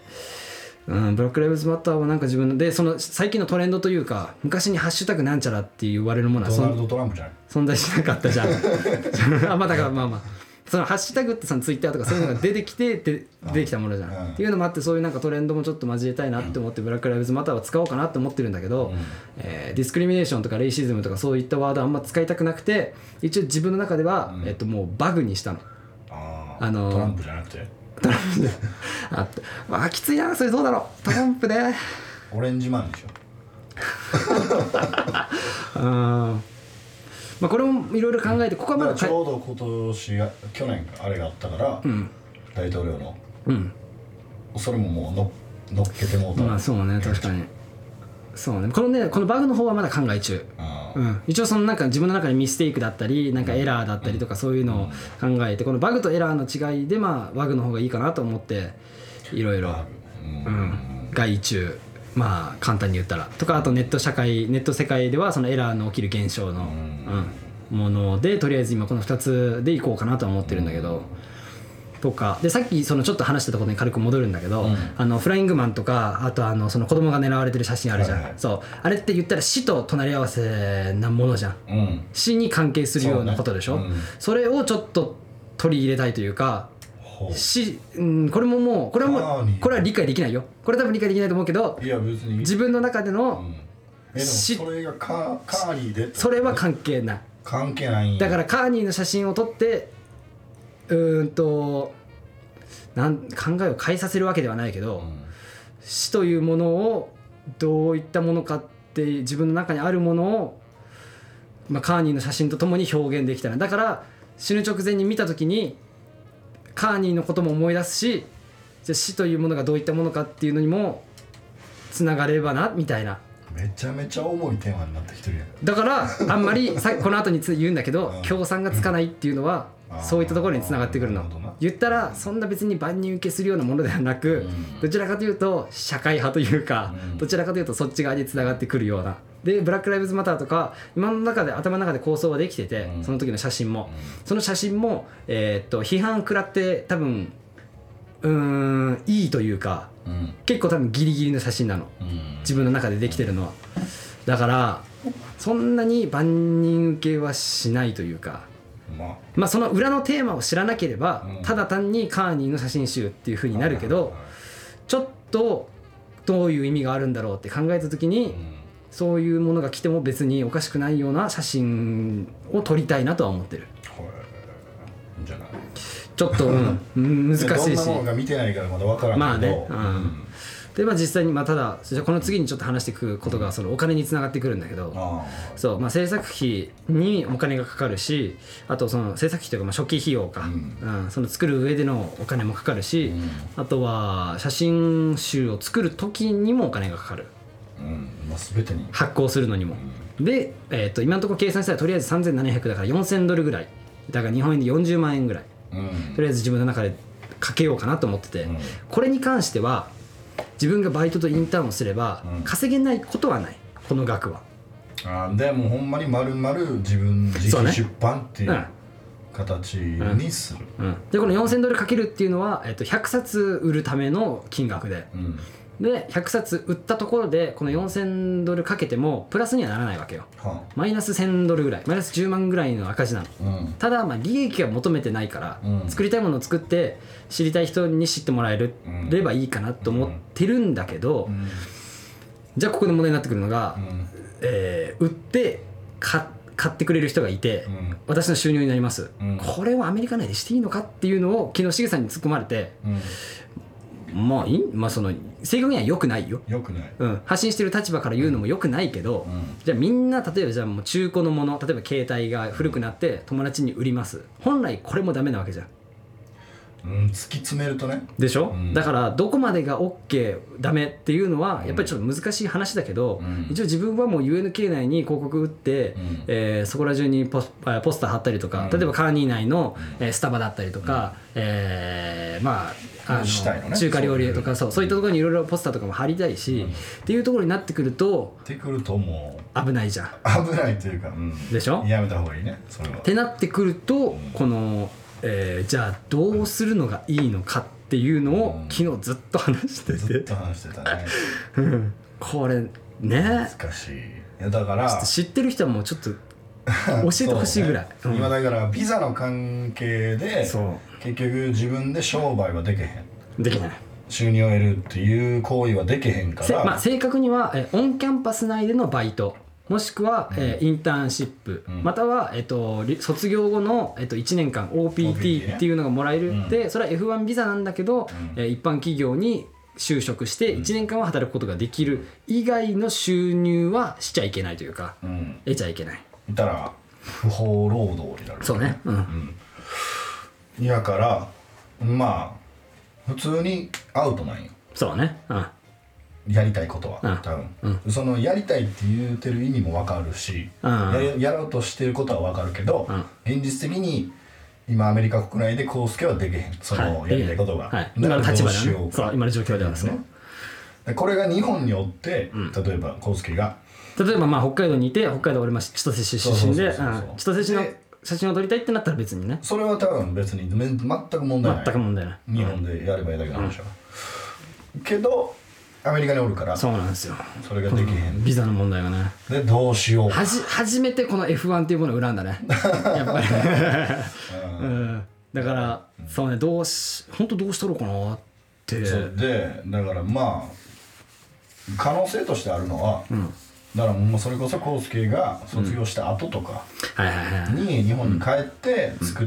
うん、ブラックライブズマターはなんか自分のでその最近のトレンドというか昔にハッシュタグなんちゃらって言われるものはドナルド・トランプじゃない存在しなかったじゃんあまあだからまあまあそのハッシュタグってそのツイッターとかそういうのが出てきてで出てきたものじゃん、うん、っていうのもあってそういうなんかトレンドもちょっと交えたいなって思ってブラックライブズマターは使おうかなって思ってるんだけど、うんえー、ディスクリミネーションとかレイシズムとかそういったワードあんま使いたくなくて一応自分の中では、うんえっと、もうバグにしたの。 ああのトランプじゃなくてトランプであってわあきついなそれどうだろうトランプでオレンジマンでしょうんまあ、これもいろいろ考えてここはまだちょうど今年去年あれがあったから、うん、大統領の、うん、それももうの乗っけてもうたまあそうね確かにそうねこのねこのバグの方はまだ考え中、うん、一応そのなんか自分の中でミステイクだったりなんかエラーだったりとかそういうのを考えてこのバグとエラーの違いでまあバグの方がいいかなと思っていろいろ外注まあ簡単に言ったらとかあとネット社会ネット世界ではそのエラーの起きる現象の、うん、ものでとりあえず今このふたつでいこうかなとは思ってるんだけどとかでさっきそのちょっと話してたことに軽く戻るんだけど、うん、あのフライングマンとかあとあのその子供が狙われてる写真あるじゃん、はいはい、そうあれって言ったら死と隣り合わせなものじゃん、うん、死に関係するようなことでしょ そ,、ねうん、それをちょっと取り入れたいというかし、うん、これももうこれはもうこれは理解できないよこれ多分理解できないと思うけどいや別に自分の中での、 うん、えでもそれがカカーニーでそれは関係ない関係ないんだからカーニーの写真を撮ってうーんとなん考えを変えさせるわけではないけど、うん、死というものをどういったものかって自分の中にあるものを、まあ、カーニーの写真とともに表現できたらだから死ぬ直前に見た時にカーニーのことも思い出すしじゃ死というものがどういったものかっていうのにもつながればなみたいなめちゃめちゃ重いテーマになってきてるやんだからあんまりさこの後に言うんだけど協賛がつかないっていうのはそういったところにつながってくるの言ったらそんな別に万人受けするようなものではなくどちらかというと社会派というかどちらかというとそっち側につながってくるようなでブラックライブズマターとか今の中で頭の中で構想はできててその時の写真もその写真もえっと批判食らって多分うーんいいというか結構多分ギリギリの写真なの自分の中でできてるのはだからそんなに万人受けはしないというかまあ、まあその裏のテーマを知らなければ、うん、ただ単にカーニーの写真集っていう風になるけど、ちょっとどういう意味があるんだろうって考えた時に、うん、そういうものが来ても別におかしくないような写真を撮りたいなとは思ってる。 じゃないちょっと、うん、難しいしどんなものが見てないからまだ分からんけどまあね、うんでまあ、実際にまあただこの次にちょっと話していくことがそのお金につながってくるんだけど、そうまあ制作費にお金がかかるしあとその制作費というかまあ初期費用か、うんうん、その作る上でのお金もかかるし、うん、あとは写真集を作る時にもお金がかかる、 うんまあ、全てに発行するのにも、うん、で、えー、と今のところ計算したらとりあえずさんぜんななひゃくだからよんせんドルぐらいだから日本円でよんじゅうまんえんぐらい、うん、とりあえず自分の中でかけようかなと思ってて、うん、これに関しては自分がバイトとインターンをすれば稼げないことはない、うん、この額はあでもほんまに丸々自分自費出版っていう形にする、 うんうん、でこのよんせんドルかけるっていうのは、えっと、ひゃくさつ売るための金額で、うん、 でひゃくさつ売ったところでこのよんせんドルかけてもプラスにはならないわけよ、はあ、マイナスせんドルぐらいマイナスじゅうまんぐらいの赤字なの、うん、ただまあ利益は求めてないから、うん、作りたいものを作って知りたい人に知ってもらえる、うん、ればいいかなと思ってるんだけど、うん、じゃあここで問題になってくるのが、うんえー、売って買ってくれる人がいて、うん、私の収入になります、うん、これをアメリカ内でしていいのかっていうのを昨日しげさんに突っ込まれて、うん、まあいい、まあ、その正確には良くないよ、 良くない、 うん、発信してる立場から言うのも良くないけど、うん、じゃあみんな例えばじゃあもう中古のもの例えば携帯が古くなって友達に売ります、本来これもダメなわけじゃん、 うん、突き詰めるとねでしょ、うん、だからどこまでが OK ダメっていうのはやっぱりちょっと難しい話だけど、うん、一応自分はもう ユーエヌケー 内に広告打って、うんえー、そこら中に ポ, ポスター貼ったりとか、うん、例えばカーニー内の、えー、スタバだったりとか、うんえー、まああの、ね、中華料理とかそう、そういったところにいろいろポスターとかも貼りたいし、うん、っていうところになってくるとってくるともう危ないじゃん、 危ないというか、うん、 でしょ、 やめた方がいいねそれはってなってくると、うん、このえー、じゃあどうするのがいいのかっていうのを、うん、昨日ずっと話しててずっと話してたねこれね難しい。いやだから知ってる人はもうちょっと教えてほしいぐらい、ねうん、今だからビザの関係で結局自分で商売はできへんできない収入を得るっていう行為はできへんから、 まあ、正確にはえオンキャンパス内でのバイトもしくは、うんえー、インターンシップ、うん、または、えっと、卒業後の、えっと、いちねんかん オーピーティー っていうのがもらえるって、うん、それは エフワン ビザなんだけど、うんえー、一般企業に就職していちねんかんは働くことができる以外の収入はしちゃいけないというか、うん、得ちゃいけない。 いたら不法労働になる、ね、 そうね、うんうん、やからまあ普通にアウトなんよ。 そうね、うんやりたいことは、うん、多分、うん、そのやりたいって言うてる意味も分かるし、うん、や, やろうとしてることは分かるけど、うん、現実的に今アメリカ国内でコウスケはできへんそのやりたいことが、 はい、今の立場で、ね、そう今の状況ではですね。 これが日本におって、うん、例えばコウスケが例えばまあ北海道にいて北海道俺まあ千歳市出身で千歳市の写真を撮りたいってなったら別にねそれは多分別に全く問題ない全く問題ない日本でやればいいだけの話は、うん、けどアメリカにおるからそうなんですよそれができへんビザの問題がねでどうしようはじ初めてこの エフワン っていうものを恨んだねやっぱり、うん、だから、うん、そうねどうし本当どうしたろうかなってそうでだからまあ可能性としてあるのは、うん、だからもうそれこそコウスケが卒業した後とかに日本に帰って作って、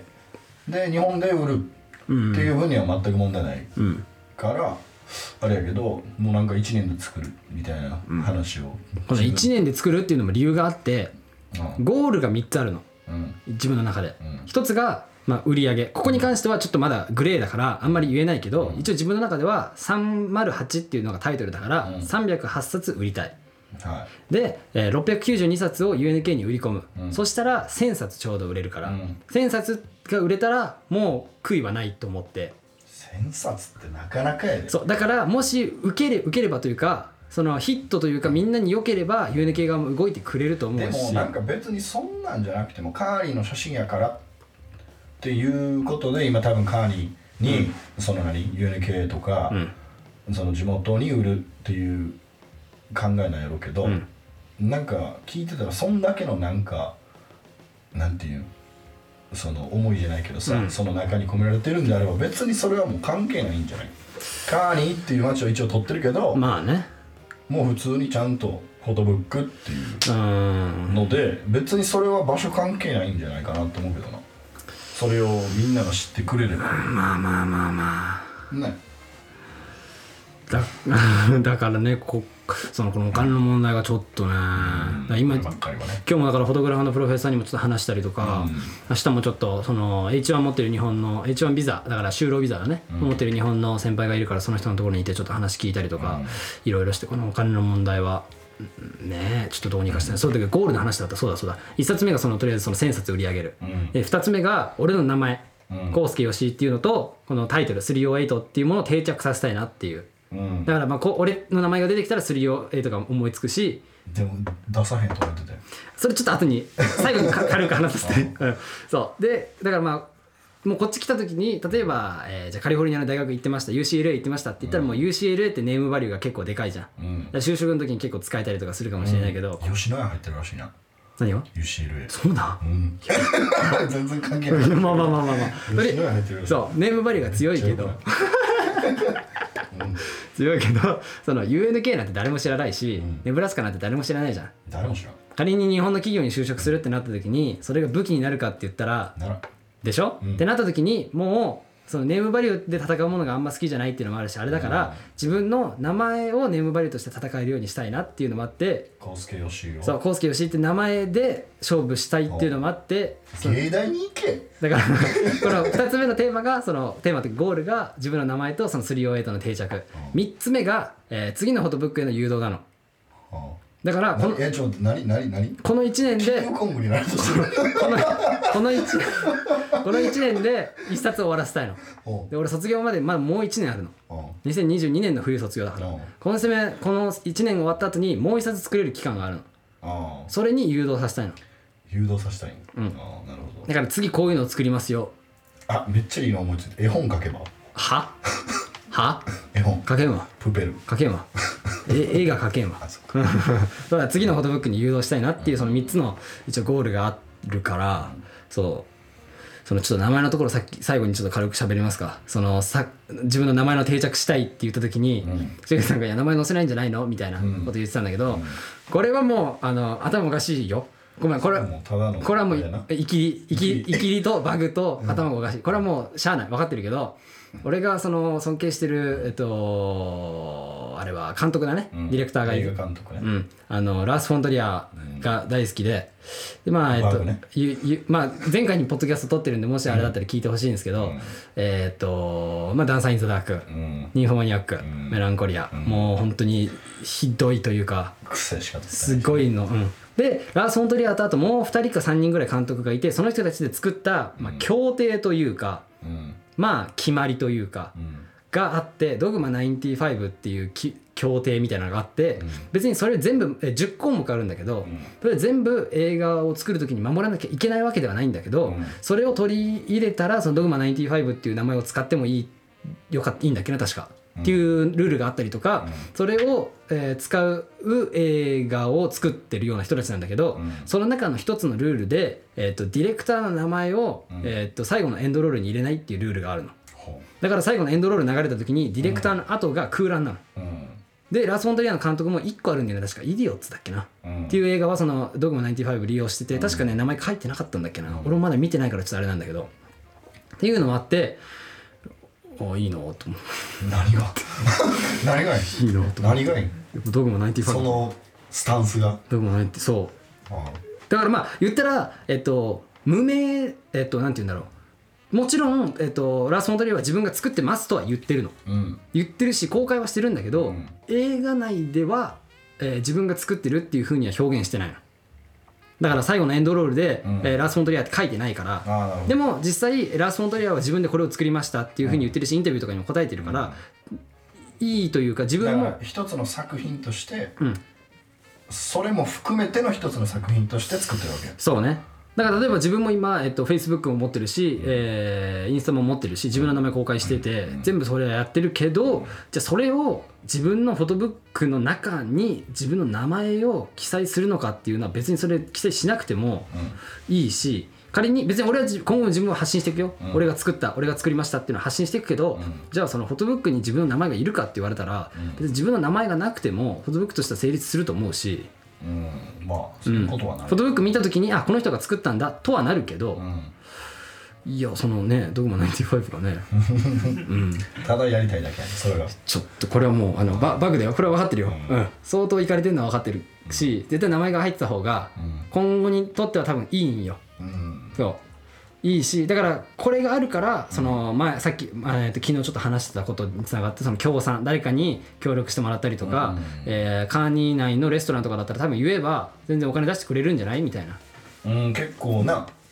うん、で日本で売るっていう分には全く問題ないから、うんあれやけどもうなんかいちねんで作るみたいな話を、 うん、このいちねんで作るっていうのも理由があって、うん、ゴールがみっつあるの、うん、自分の中で、うん、ひとつが、まあ、売り上げここに関してはちょっとまだグレーだからあんまり言えないけど、うん、一応自分の中ではさんまるはちっていうのがタイトルだから、うん、さんびゃくはちさつ売りたい、はい、で、えー、ろっぴゃくきゅうじゅうにさつを ユーエヌケー に売り込む、うん、そしたらせんさつちょうど売れるから、うん、せんさつが売れたらもう悔いはないと思ってせんさつってなかなかやでそうだからもし受けれ、受ければというかそのヒットというかみんなに良ければ ユーエヌケー 側も動いてくれると思うしでもなんか別にそんなんじゃなくてもカーリーの写真やからっていうことで今多分カーリーに、うん、その何 ユーエヌケー とか、うん、その地元に売るっていう考えなんやろうけど、うん、なんか聞いてたらそんだけのなんかなんていうその思いじゃないけどさ、うん、その中に込められてるんであれば別にそれはもう関係ないんじゃないカーニーっていう街を一応取ってるけどまあねもう普通にちゃんとフォトブックっていうので別にそれは場所関係ないんじゃないかなと思うけどなそれをみんなが知ってくれればまあまあまあまあねだ, だからねこそのこのお金の問題がちょっとね、うん、今、ね、今日もだからフォトグラファーのプロフェッサーにもちょっと話したりとか、うん、明日もちょっとその エイチワン 持ってる日本の エイチワン ビザだから就労ビザだね、うん、持ってる日本の先輩がいるからその人のところにいてちょっと話聞いたりとか、うん、いろいろしてこのお金の問題はねちょっとどうにかして、ね、そうだけどゴールの話だったそうだそうだいっさつめがそのとりあえずそのせんさつ売り上げる、うん、でふたつめが俺の名前コウスケヨシっていうのとこのタイトルスリーオーエイトっていうものを定着させたいなっていううん、だからまあこ俺の名前が出てきたらスリーオーエイトが思いつくしでも出さへんと思ってたよそれちょっと後に最後に軽く話させて、うん、そうでだからまあもうこっち来た時に例えば、えー、じゃあカリフォルニアの大学行ってました ユーシーエルエー 行ってましたって言ったら、もう ユーシーエルエー ってネームバリューが結構でかいじゃん、うん、だから就職の時に結構使えたりとかするかもしれないけど、 うん、吉野家入ってるらしいな。 何がユーシーエルエー。 そうだ、うん、 全然関係ない。 まあまあまあまあまあ吉野家入ってる。 そうネームバリューが強いけど、うん、強いけどその ユーエヌケー なんて誰も知らないし、うん、ネブラスカなんて誰も知らないじゃん。 誰も知らん。 仮に日本の企業に就職するってなった時にそれが武器になるかって言ったらならでしょ、うん、ってなった時にもうそのネームバリューで戦うものがあんま好きじゃないっていうのもあるし、あれだから、うん、自分の名前をネームバリューとして戦えるようにしたいなっていうのもあって、 コウスケヨシをそうコウスケヨシって名前で勝負したいっていうのもあって、 芸大に行けだからこのふたつめのテーマがそのテーマというかゴールが自分の名前とその スリーオーエイト の定着、うん、みっつめが、えー、次のフォトブックへの誘導なの、うん、だからこのえちょっと何何何このいちねんでキングコングになるとしてるこのこの 1, このいちねんでいっさつ終わらせたいので、俺卒業までまだもういちねんあるの。にせんにじゅうにねんの冬卒業だから、このせめこのいちねん終わった後にもういっさつ作れる期間があるの。それに誘導させたいの。 誘導させたいの、 うん、あなるほど。 だから次こういうのを作りますよ。 あ、めっちゃいいの思いついて。絵本書けばはは絵本書けんわ。 プペル書けんわ。え映画書けんわ。だから次のフォトブックに誘導したいなっていうそのみっつの一応ゴールがあるから、そうそのちょっと名前のところさっき最後にちょっと軽く喋りますか。そのさ自分の名前の定着したいって言った時に、シゲさんがいや名前載せないんじゃないのみたいなこと言ってたんだけど、うん、これはもうあの頭おかしいよ。ごめんこれこれはもういきりいきりいきりとバグと頭がおかしい。これはもうしゃあない分かってるけど、俺がその尊敬してるえっとあれは監督だね、うん、ディレクターがいる、 映画監督ね、 うん、あのラース・フォントリアが大好きで、でまあえっと、ね、ゆゆまあ前回にポッドキャスト撮ってるんでもしあれだったら聞いてほしいんですけど、うん、えっとまあダンサー・イン・ザ・ダーク、うん、ニンフォマニアック、うん、メランコリア、うん、もう本当にひどいというかすごいの、うん、でラース・フォントリアとあともうふたりかさんにんぐらい監督がいて、その人たちで作った、まあ、協定というか、うん、まあ決まりというか、うん、があって、ドグマナインティファイブっていう協定みたいなのがあって、うん、別にそれ全部じゅっこうもくあるんだけど、うん、それ全部映画を作る時に守らなきゃいけないわけではないんだけど、うん、それを取り入れたらそのドグマナインティファイブっていう名前を使ってもいいよかいいんだっけな確か、うん、っていうルールがあったりとか、うん、それを、えー、使う映画を作ってるような人たちなんだけど、うん、その中の一つのルールで、えー、とディレクターの名前を、うんえー、と最後のエンドロールに入れないっていうルールがあるの。だから最後のエンドロール流れた時にディレクターの後が空欄なの、うん、でラース・フォントリアの監督もいっこあるんだよね確かイディオッツだっけな、うん、っていう映画はそのドグマナインティファイブ利用してて、確かね名前書いてなかったんだっけな、うん、俺もまだ見てないからちょっとあれなんだけどっていうのもあって、あいいなと思う。 何が何がいいいいなと何がいいドグマナインティファイブそのスタンスがドグマナインティそうああだからまあ言ったらえっと無名えっとなんて言うんだろうもちろん、えっと、ラース・フォントリアは自分が作ってますとは言ってるの、うん、言ってるし公開はしてるんだけど、うん、映画内では、えー、自分が作ってるっていう風には表現してないの。だから最後のエンドロールで、うんえー、ラース・フォントリアって書いてないから、でも実際ラース・フォントリアは自分でこれを作りましたっていう風に言ってるし、うん、インタビューとかにも答えてるから、うん、いいというか自分もだから一つの作品として、うん、それも含めての一つの作品として作ってるわけ。 そうね。だから例えば自分も今、えっと、Facebook も持ってるし、えー、インスタも持ってるし自分の名前公開してて、うん、全部それはやってるけど、じゃあそれを自分のフォトブックの中に自分の名前を記載するのかっていうのは別にそれ記載しなくてもいいし、仮に別に俺は今後自分を発信していくよ、うん、俺が作った俺が作りましたっていうのを発信していくけど、うん、じゃあそのフォトブックに自分の名前がいるかって言われたら、うん、別に自分の名前がなくてもフォトブックとしては成立すると思うし、 うん、まあそういうことはない、 うん、フォトブック見た時にあこの人が作ったんだとはなるけど、うん、いやそのねドグマナインティファイブがね、 うん、ただやりたいだけそれがちょっとこれはもうあの バ, バグだよこれは分かってるよ、うんうん、相当いかれてるのは分かってるし、絶対名前が入ってた方が今後にとっては多分いいんよ、うん、そういいし、だからこれがあるからその前さっき、えー、と昨日ちょっと話してたことにつながってその協賛誰かに協力してもらったりとか、うんえー、カーニー内のレストランとかだったら多分言えば全然お金出してくれるんじゃないみたいな、 うん結構な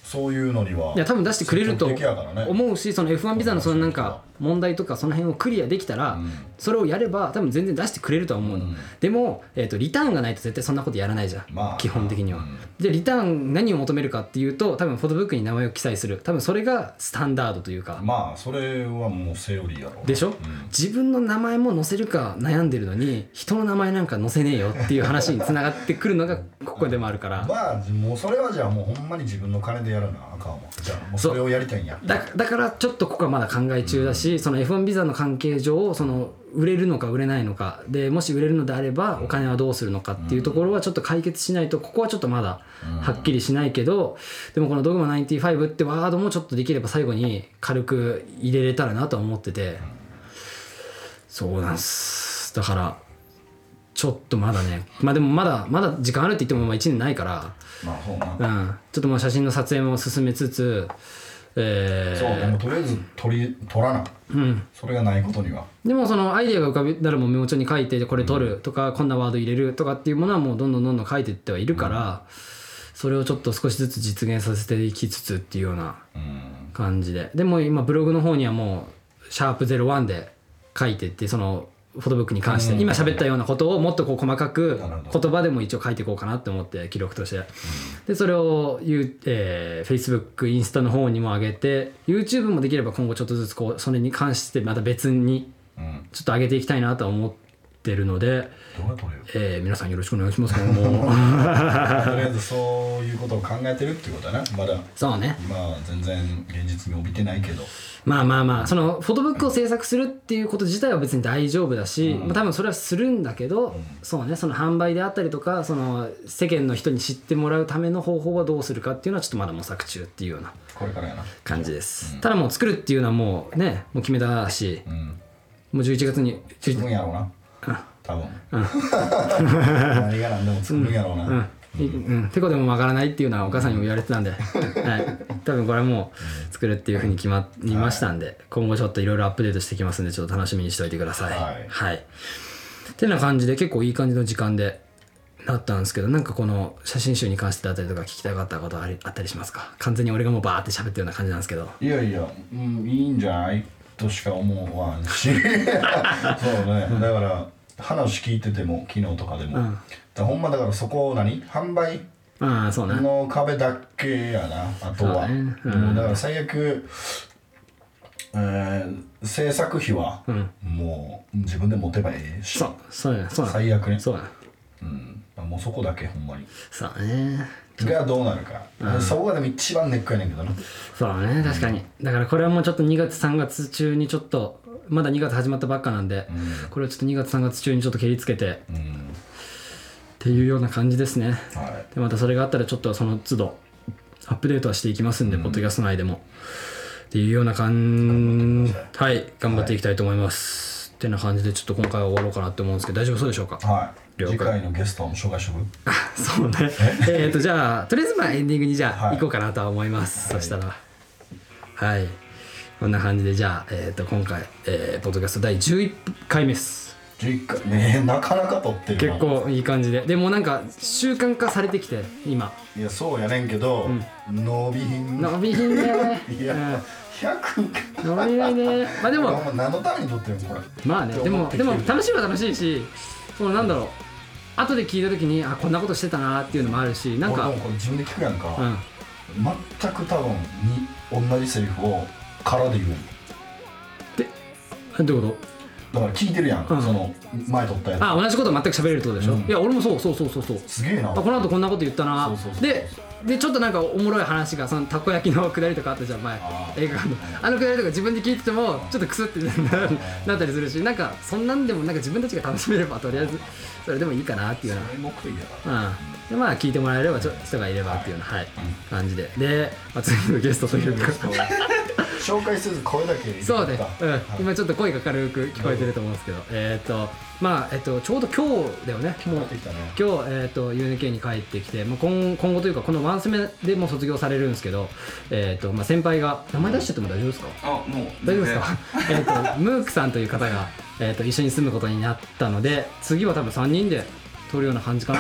そういうのにはいや多分出してくれると思うし、その エフワン ビザのそのなんか問題とかその辺をクリアできたら、それをやれば多分全然出してくれるとは思うの、うん、でも、えーと、リターンがないと絶対そんなことやらないじゃん、まあ、基本的には、うん、でリターン何を求めるかっていうと多分フォトブックに名前を記載する、多分それがスタンダードというか、 まあそれはもうセオリーやろでしょ、うん、自分の名前も載せるか悩んでるのに人の名前なんか載せねえよっていう話につながってくるのがここでもあるからまあもうそれはじゃあもうほんまに自分の金でやらなあかんわ、じゃあもうそれをやりたいんや。 だ, だからちょっとここはまだ考え中だし、うん、その エフワン ビザの関係上その売れるのか売れないのかで、もし売れるのであればお金はどうするのかっていうところはちょっと解決しないと、ここはちょっとまだはっきりしないけど、でもこのドグマナインティファイブってワードもちょっとできれば最後に軽く入れれたらなと思ってて、そうなんす。だからちょっとまだね、まあでもまだまだ時間あるって言ってもまあいちねんないから、まあそうな、うん、ちょっとまあ写真の撮影も進めつつ、えー、 そうでもとりあえず撮り撮らな、うん、それがないことには。 でもそのアイデアが浮かびだらもうメモ帳に書いてこれ撮るとか、うん、こんなワード入れるとかっていうものはもうどんどんどんどん書いていってはいるから、うん、それをちょっと少しずつ実現させていきつつっていうような感じで、でも今ブログの方にはもうシャープゼロワンで書いてって、そのフォトブックに関して今喋ったようなことをもっとこう細かく言葉でも一応書いていこうかなって思って記録として、でそれを、えー、Facebook、インスタの方にも上げて YouTube もできれば今後ちょっとずつこうそれに関してまた別にちょっと上げていきたいなとは思ってるので、えー、皆さんよろしくお願いします。もうとりあえずそういうことを考えてるってことだな。まだそうね、 まあ全然現実味帯びてないけど、 まあまあまあそのフォトブックを制作するっていうこと自体は別に大丈夫だし、うん、まあ、多分それはするんだけど、うん、そうね、その販売であったりとかその世間の人に知ってもらうための方法はどうするかっていうのはちょっとまだ模索中っていうような感じです。うん、ただもう作るっていうのはもうねもう決めたし、うん、もうじゅういちがつに作るんやろうな、うん、多分、うん、何が何でも作るんやろうな、うんうんうん、てこでもわからないっていうのはお母さんにも言われてたんで、はい、多分これはもう作るっていうふうに決まりましたんで、はい、今後ちょっといろいろアップデートしてきますんでちょっと楽しみにしておいてください。はい、はい、ってな感じで結構いい感じの時間でなったんですけど、なんかこの写真集に関してだったりとか聞きたかったことありあったりしますか？完全に俺がもうバーって喋ってるような感じなんですけど。 いやいや、うん、いいんじゃないとしか思わんしそうね、だから話聞いてても昨日とかでも、うん、だほんまだからそこを何販売の壁だけやな、あとは、ね、うん、だから最悪、えー、制作費はもう自分で持てばいいし、 そうそうやそうや最悪ね、 そうや、 うん、もうそこだけほんまにそうねがどうなるか、うん、そこがでも一番ネックやねんけどな。 そうね、確かに、うん、だからこれはもうちょっとにがつさんがつ中にちょっとまだにがつ始まったばっかなんで、うん、これをちょっとにがつさんがつ中にちょっと蹴りつけて、うん、っていうような感じですね、はい、でまたそれがあったらちょっとその都度アップデートはしていきますんで、うん、ポッドキャスト内でもっていうような感じ、はい頑張っていきたいと思います、はい、ってな感じでちょっと今回は終わろうかなって思うんですけど大丈夫そうでしょうか？ はい、次回のゲストも紹介しとくそうねえっとじゃあとりあえずまあエンディングにじゃあ、はい、行こうかなとは思います、はい、そしたらはいこんな感じでじゃあ、えー、と今回、えー、ポッドキャストだいじゅういっかいめです。 じゅういっかいね、なかなか撮ってるな。結構いい感じで、でもなんか習慣化されてきて今。 いやそうやねんけど、うん、伸びひん伸びひんねいや、うん、ひゃく伸びないね。まあでも何のために撮ってるのこれ。 まあね、でもでも楽しいは楽しいし、そのなんだろう、後で聞いた時にあこんなことしてたなっていうのもあるし、なんか俺もこれ自分で聞くやんか、うん、全く多分に同じセリフを空で言うで、どういうこと？ だから聞いてるやん、うん、その前撮ったやつ。 あ、同じこと全く喋れるってことでしょ、うん、いや俺もそうそうそうそうそうすげえな。 この後こんなこと言ったな。そうそうそうででちょっとなんかおもろい話がそのたこ焼きのくだりとかあったじゃん前、映画館のあのくだりとか自分で聞いててもちょっとクスってなったりするし、なんかそんなんでもなんか自分たちが楽しめればとりあえずそれでもいいかなっていうような、 それ目的だから、 うん、でまあ聞いてもらえればちょ人がいればっていうような、はいはい、感じでで、まあ、次のゲストというか紹介せず声だけ入れてた。 そうね、うん、はい、今ちょっと声が軽く聞こえてると思うんですけど、えっ、ー、とまあえっ、ー、とちょうど今日だよね。もう今日えっ、ー、と ユーエヌケー に帰ってきて、まあ、今, 今後というかこのワンセメでもう卒業されるんですけど、えっ、とまあ先輩が名前出しちゃっても大丈夫ですか？ あ、もう大丈夫ですか？えっとムークさんという方がえっと一緒に住むことになったので、次は多分さんにんで撮るような感じかな。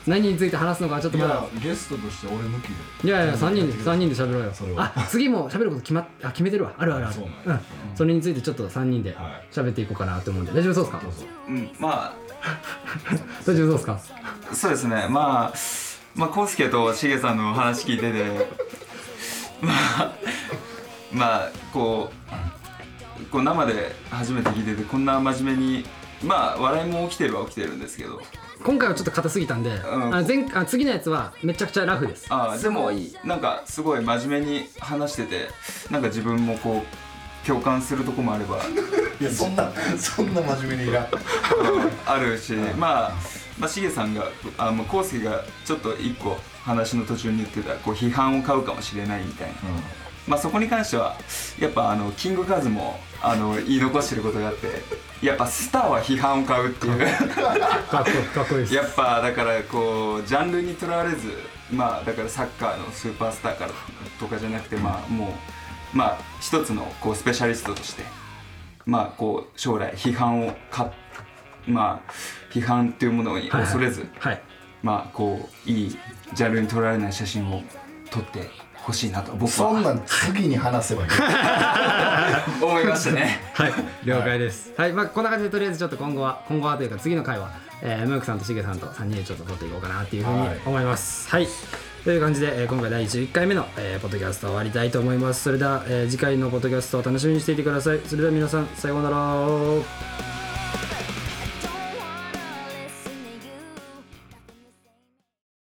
何について話すのかちょっとまだゲストとして俺抜きでいやいやさんにんでさんにんで喋ろうよ。あ次も喋ること決まっあ決めてるわあるあるある。うんそれについてちょっとさんにんで喋っていこうかなと思うんで大丈夫そうですか。 うんまあ大丈夫そうですか。 そうですねまあまあ康介としげさんの話聞いててまあまあこうこう生で初めて聞いててこんな真面目にまあ笑いも起きてるは起きてるんですけど今回はちょっと硬すぎたんで、うん、あ前あ次のやつはめちゃくちゃラフです。 あでもなんかすごい真面目に話しててなんか自分もこう共感するとこもあればいやそんなそんな真面目にいらあるし、まあまあしげさんがあもう康介がちょっと一個話の途中に言ってたこう批判を買うかもしれないみたいな、うん、まあそこに関してはやっぱあのキングカズもあの言い残してることがあってやっぱスターは批判を買うっていうかっこいいです。 やっぱだからこうジャンルにとらわれずまあだからサッカーのスーパースターからとかじゃなくてまあもうまあ一つのこうスペシャリストとしてまあこう将来批判をかまあ批判っていうものに恐れず、 はいはい、 まあこういいジャンルにとらわれない写真を撮ってほしいなと僕はそんなん次に話せばいい思いましたね。 はい了解です。はい、はい、まあこんな感じでとりあえずちょっと今後は今後はというか次の回は、えー、ムークさんとしげさんとさんにんでちょっと撮っていこうかなっていうふうに思います。はい、はい、という感じで、えー、今回だいじゅういっかいめの、えー、ポッドキャスト終わりたいと思います。それでは、えー、次回のポッドキャストを楽しみにしていてください。それでは皆さんさようなら。